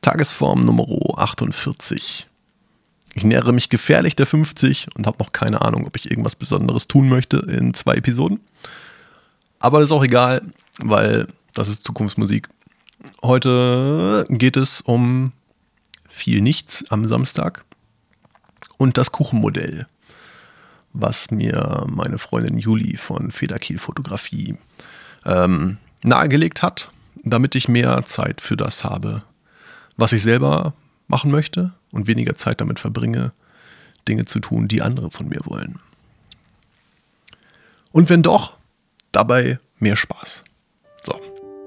Tagesform Nummer 48. Ich nähere mich gefährlich der 50 und habe noch keine Ahnung, ob ich irgendwas Besonderes tun möchte in 2 Episoden. Aber das ist auch egal, weil das ist Zukunftsmusik. Heute geht es um viel Nichts am Samstag und das Kuchenmodell, was mir meine Freundin Juli von Federkiel Fotografie nahegelegt hat, damit ich mehr Zeit für das habe, was ich selber machen möchte und weniger Zeit damit verbringe, Dinge zu tun, die andere von mir wollen. Und wenn doch, dabei mehr Spaß. So.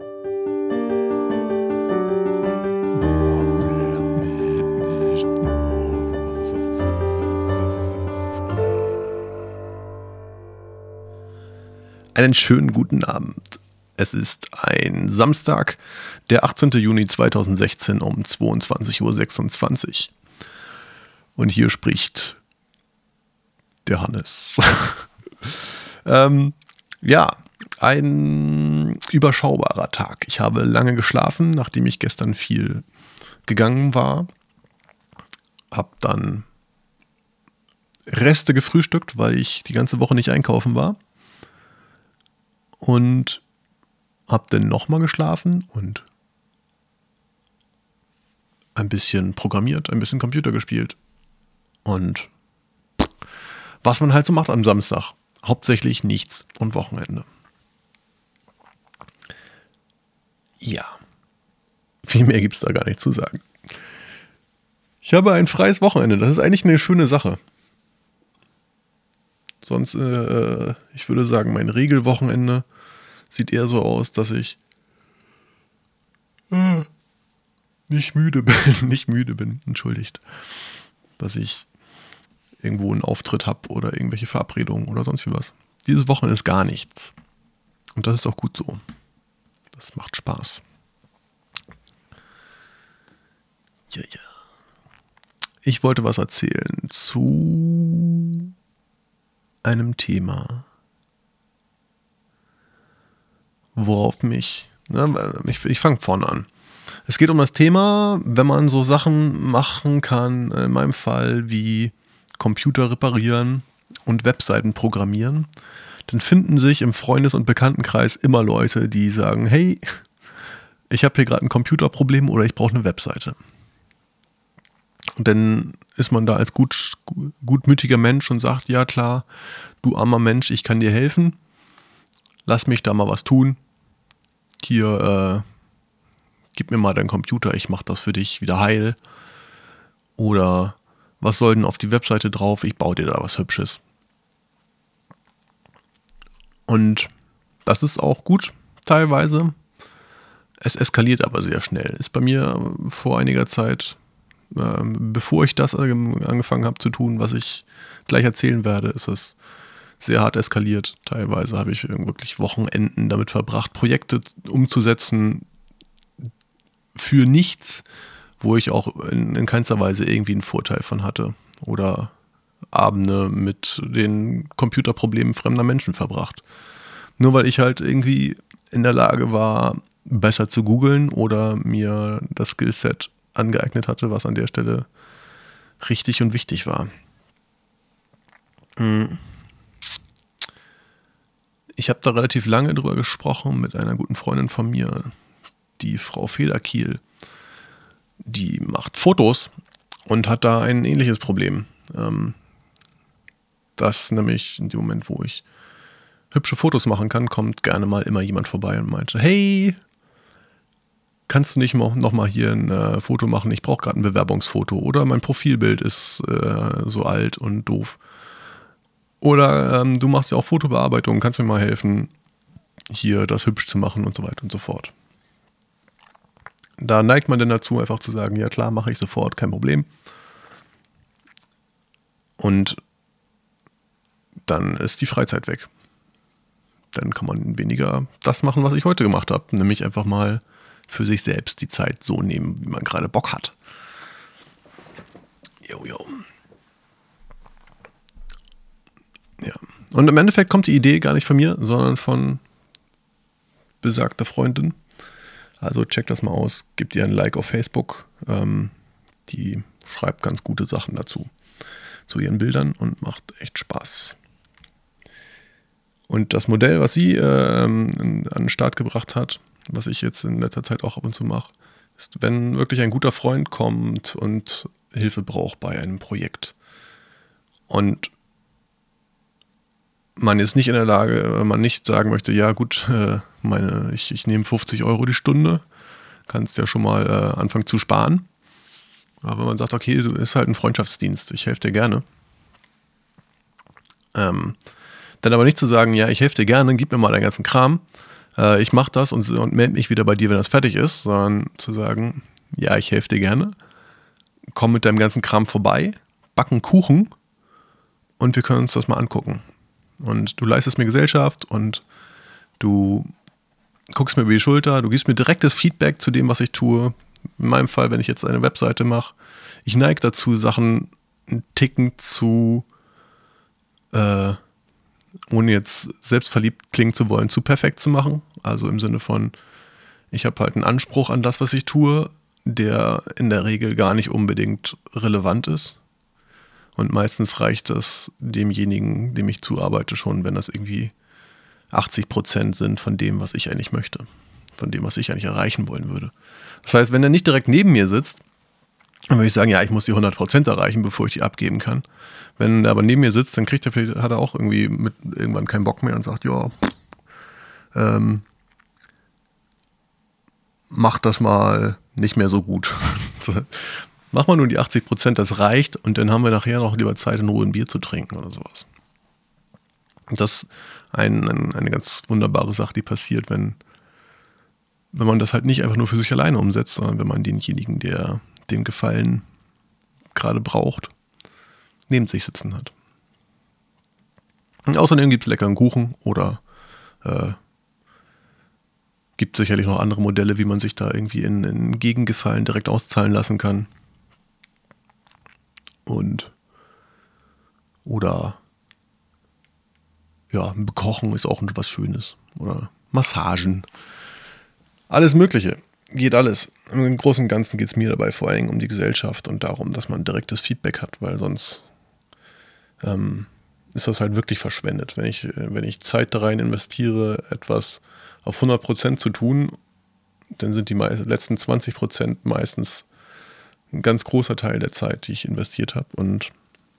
Einen schönen guten Abend. Es ist ein Samstag, der 18. Juni 2016 um 22.26 Uhr. Und hier spricht der Hannes. Ein überschaubarer Tag. Ich habe lange geschlafen, nachdem ich gestern viel gegangen war. Hab dann Reste gefrühstückt, weil ich die ganze Woche nicht einkaufen war. Und hab dann nochmal geschlafen und ein bisschen programmiert, ein bisschen Computer gespielt. Und was man halt so macht am Samstag. Hauptsächlich nichts und Wochenende. Ja, viel mehr gibt es da gar nicht zu sagen. Ich habe ein freies Wochenende. Das ist eigentlich eine schöne Sache. Sonst, ich würde sagen, mein Regelwochenende sieht eher so aus, dass ich nicht müde bin, entschuldigt. Dass ich irgendwo einen Auftritt habe oder irgendwelche Verabredungen oder sonst wie was. Dieses Wochenende ist gar nichts. Und das ist auch gut so. Das macht Spaß. Ja. Ich wollte was erzählen zu einem Thema, worauf ich fange vorne an. Es geht um das Thema, wenn man so Sachen machen kann, in meinem Fall wie Computer reparieren und Webseiten programmieren, dann finden sich im Freundes- und Bekanntenkreis immer Leute, die sagen, hey, ich habe hier gerade ein Computerproblem oder ich brauche eine Webseite. Und dann ist man da als gutmütiger Mensch und sagt, ja klar, du armer Mensch, ich kann dir helfen, lass mich da mal was tun. Hier, gib mir mal deinen Computer, ich mach das für dich wieder heil. Oder was soll denn auf die Webseite drauf? Ich baue dir da was Hübsches. Und das ist auch gut, teilweise. Es eskaliert aber sehr schnell. Ist bei mir vor einiger Zeit, bevor ich das angefangen habe zu tun, was ich gleich erzählen werde, ist es sehr hart eskaliert. Teilweise habe ich wirklich Wochenenden damit verbracht, Projekte umzusetzen für nichts, wo ich auch in keinster Weise irgendwie einen Vorteil von hatte. Oder Abende mit den Computerproblemen fremder Menschen verbracht. Nur weil ich halt irgendwie in der Lage war, besser zu googeln oder mir das Skillset angeeignet hatte, was an der Stelle richtig und wichtig war. Ich habe da relativ lange drüber gesprochen mit einer guten Freundin von mir, die Frau Federkiel. Die macht Fotos und hat da ein ähnliches Problem. Dass nämlich in dem Moment, wo ich hübsche Fotos machen kann, kommt gerne mal immer jemand vorbei und meinte, hey, kannst du nicht noch mal hier ein Foto machen? Ich brauche gerade ein Bewerbungsfoto oder mein Profilbild ist so alt und doof. Oder du machst ja auch Fotobearbeitung, kannst mir mal helfen, hier das hübsch zu machen und so weiter und so fort. Da neigt man dann dazu, einfach zu sagen, ja klar, mache ich sofort, kein Problem. Und dann ist die Freizeit weg. Dann kann man weniger das machen, was ich heute gemacht habe, nämlich einfach mal für sich selbst die Zeit so nehmen, wie man gerade Bock hat. Jo. Ja. Und im Endeffekt kommt die Idee gar nicht von mir, sondern von besagter Freundin. Also checkt das mal aus, gebt ihr ein Like auf Facebook. Die schreibt ganz gute Sachen dazu, zu ihren Bildern und macht echt Spaß. Und das Modell, was sie an den Start gebracht hat, was ich jetzt in letzter Zeit auch ab und zu mache, ist, wenn wirklich ein guter Freund kommt und Hilfe braucht bei einem Projekt und man ist nicht in der Lage, wenn man nicht sagen möchte, ja gut, ich nehme 50 Euro die Stunde, kannst ja schon mal anfangen zu sparen. Aber wenn man sagt, okay, so ist halt ein Freundschaftsdienst, ich helfe dir gerne. Dann aber nicht zu sagen, ja, ich helfe dir gerne, gib mir mal deinen ganzen Kram, ich mache das und melde mich wieder bei dir, wenn das fertig ist, sondern zu sagen, ja, ich helfe dir gerne, komm mit deinem ganzen Kram vorbei, backen Kuchen und wir können uns das mal angucken. Und du leistest mir Gesellschaft und du guckst mir über die Schulter, du gibst mir direktes Feedback zu dem, was ich tue. In meinem Fall, wenn ich jetzt eine Webseite mache, ich neige dazu, Sachen einen Ticken zu, ohne jetzt selbstverliebt klingen zu wollen, zu perfekt zu machen. Also im Sinne von, ich habe halt einen Anspruch an das, was ich tue, der in der Regel gar nicht unbedingt relevant ist. Und meistens reicht das demjenigen, dem ich zuarbeite, schon, wenn das irgendwie 80% sind von dem, was ich eigentlich möchte. Von dem, was ich eigentlich erreichen wollen würde. Das heißt, wenn er nicht direkt neben mir sitzt, dann würde ich sagen, ja, ich muss die 100% erreichen, bevor ich die abgeben kann. Wenn er aber neben mir sitzt, dann hat er auch irgendwie irgendwann keinen Bock mehr und sagt, ja, mach das mal nicht mehr so gut. Mach mal nur die 80%, das reicht und dann haben wir nachher noch lieber Zeit, in Ruhe ein Bier zu trinken oder sowas. Das ist eine ganz wunderbare Sache, die passiert, wenn man das halt nicht einfach nur für sich alleine umsetzt, sondern wenn man denjenigen, der den Gefallen gerade braucht, neben sich sitzen hat. Und außerdem gibt es leckeren Kuchen oder gibt sicherlich noch andere Modelle, wie man sich da irgendwie in Gegengefallen direkt auszahlen lassen kann. Oder ja, Bekochen ist auch was Schönes. Oder Massagen. Alles Mögliche. Geht alles. Im Großen und Ganzen geht es mir dabei vor allem um die Gesellschaft und darum, dass man direktes Feedback hat, weil sonst ist das halt wirklich verschwendet. Wenn ich Zeit da rein investiere, etwas auf 100% zu tun, dann sind die letzten 20% meistens ein ganz großer Teil der Zeit, die ich investiert habe. Und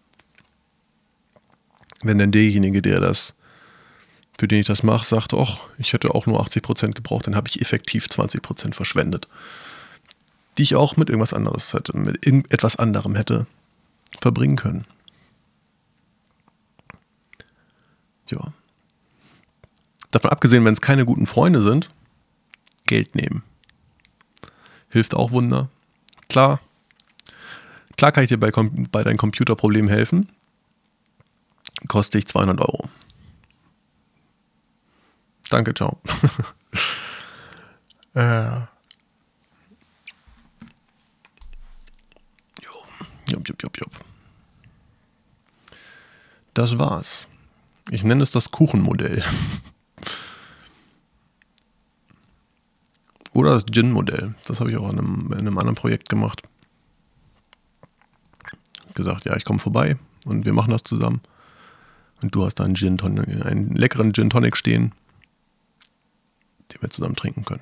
wenn dann derjenige, für den ich das mache, sagt, ach, ich hätte auch nur 80% gebraucht, dann habe ich effektiv 20% verschwendet. Die ich auch mit irgendwas anderem hätte verbringen können. Ja. Davon abgesehen, wenn es keine guten Freunde sind, Geld nehmen. Hilft auch Wunder. Klar kann ich dir bei deinen Computerproblemen helfen. Kostet dich 200 Euro. Danke, ciao. Jupp. Das war's. Ich nenne es das Kuchenmodell. Oder das Gin-Modell. Das habe ich auch in einem anderen Projekt gemacht. Gesagt, ja, ich komme vorbei und wir machen das zusammen. Und du hast da einen leckeren Gin Tonic stehen, den wir zusammen trinken können.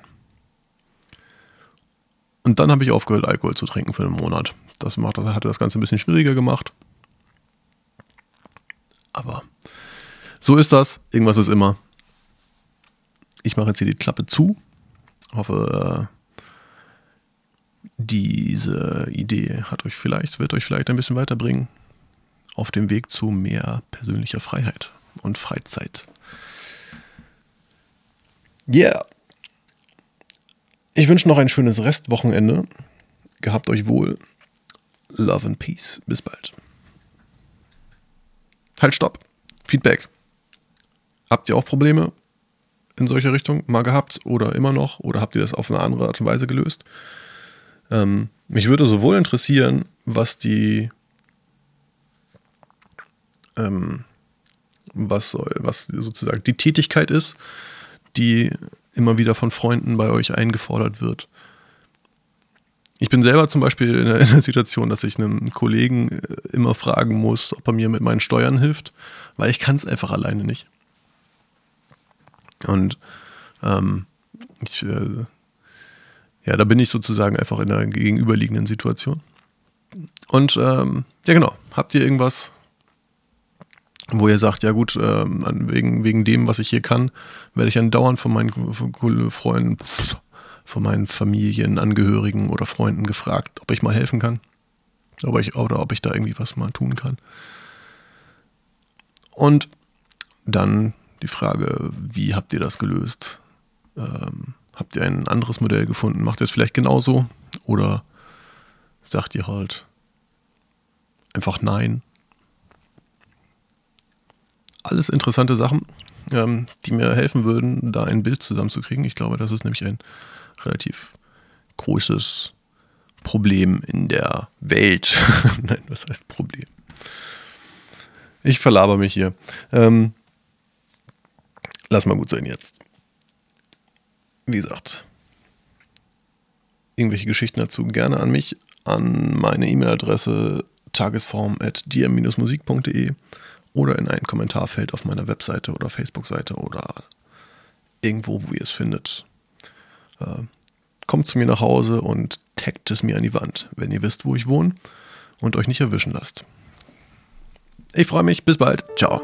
Und dann habe ich aufgehört, Alkohol zu trinken für einen Monat. Das hatte das Ganze ein bisschen schwieriger gemacht. Aber so ist das. Irgendwas ist immer. Ich mache jetzt hier die Klappe zu. Hoffe, diese Idee wird euch vielleicht ein bisschen weiterbringen auf dem Weg zu mehr persönlicher Freiheit und Freizeit. Yeah. Ich wünsche noch ein schönes Restwochenende. Gehabt euch wohl. Love and Peace. Bis bald. Halt, stopp. Feedback. Habt ihr auch Probleme in solche Richtung mal gehabt oder immer noch? Oder habt ihr das auf eine andere Art und Weise gelöst? Mich würde sowohl interessieren, was sozusagen die Tätigkeit ist, die immer wieder von Freunden bei euch eingefordert wird. Ich bin selber zum Beispiel in der Situation, dass ich einem Kollegen immer fragen muss, ob er mir mit meinen Steuern hilft, weil ich kann es einfach alleine nicht. Und da bin ich sozusagen einfach in einer gegenüberliegenden Situation. Und genau, habt ihr irgendwas, wo ihr sagt, ja gut, wegen dem, was ich hier kann, werde ich andauernd von meinen Freunden, von meinen Familienangehörigen oder Freunden gefragt, ob ich mal helfen kann. Ob ich da irgendwie was mal tun kann. Und dann die Frage, wie habt ihr das gelöst? Habt ihr ein anderes Modell gefunden? Macht ihr es vielleicht genauso? Oder sagt ihr halt einfach nein? Alles interessante Sachen, die mir helfen würden, da ein Bild zusammenzukriegen. Ich glaube, das ist nämlich ein relativ großes Problem in der Welt. Nein, was heißt Problem? Ich verlaber mich hier. Lass mal gut sein jetzt. Wie gesagt, irgendwelche Geschichten dazu gerne an mich, an meine E-Mail-Adresse tagesform@dm-musik.de oder in ein Kommentarfeld auf meiner Webseite oder Facebook-Seite oder irgendwo, wo ihr es findet. Kommt zu mir nach Hause und taggt es mir an die Wand, wenn ihr wisst, wo ich wohne und euch nicht erwischen lasst. Ich freue mich, bis bald, ciao.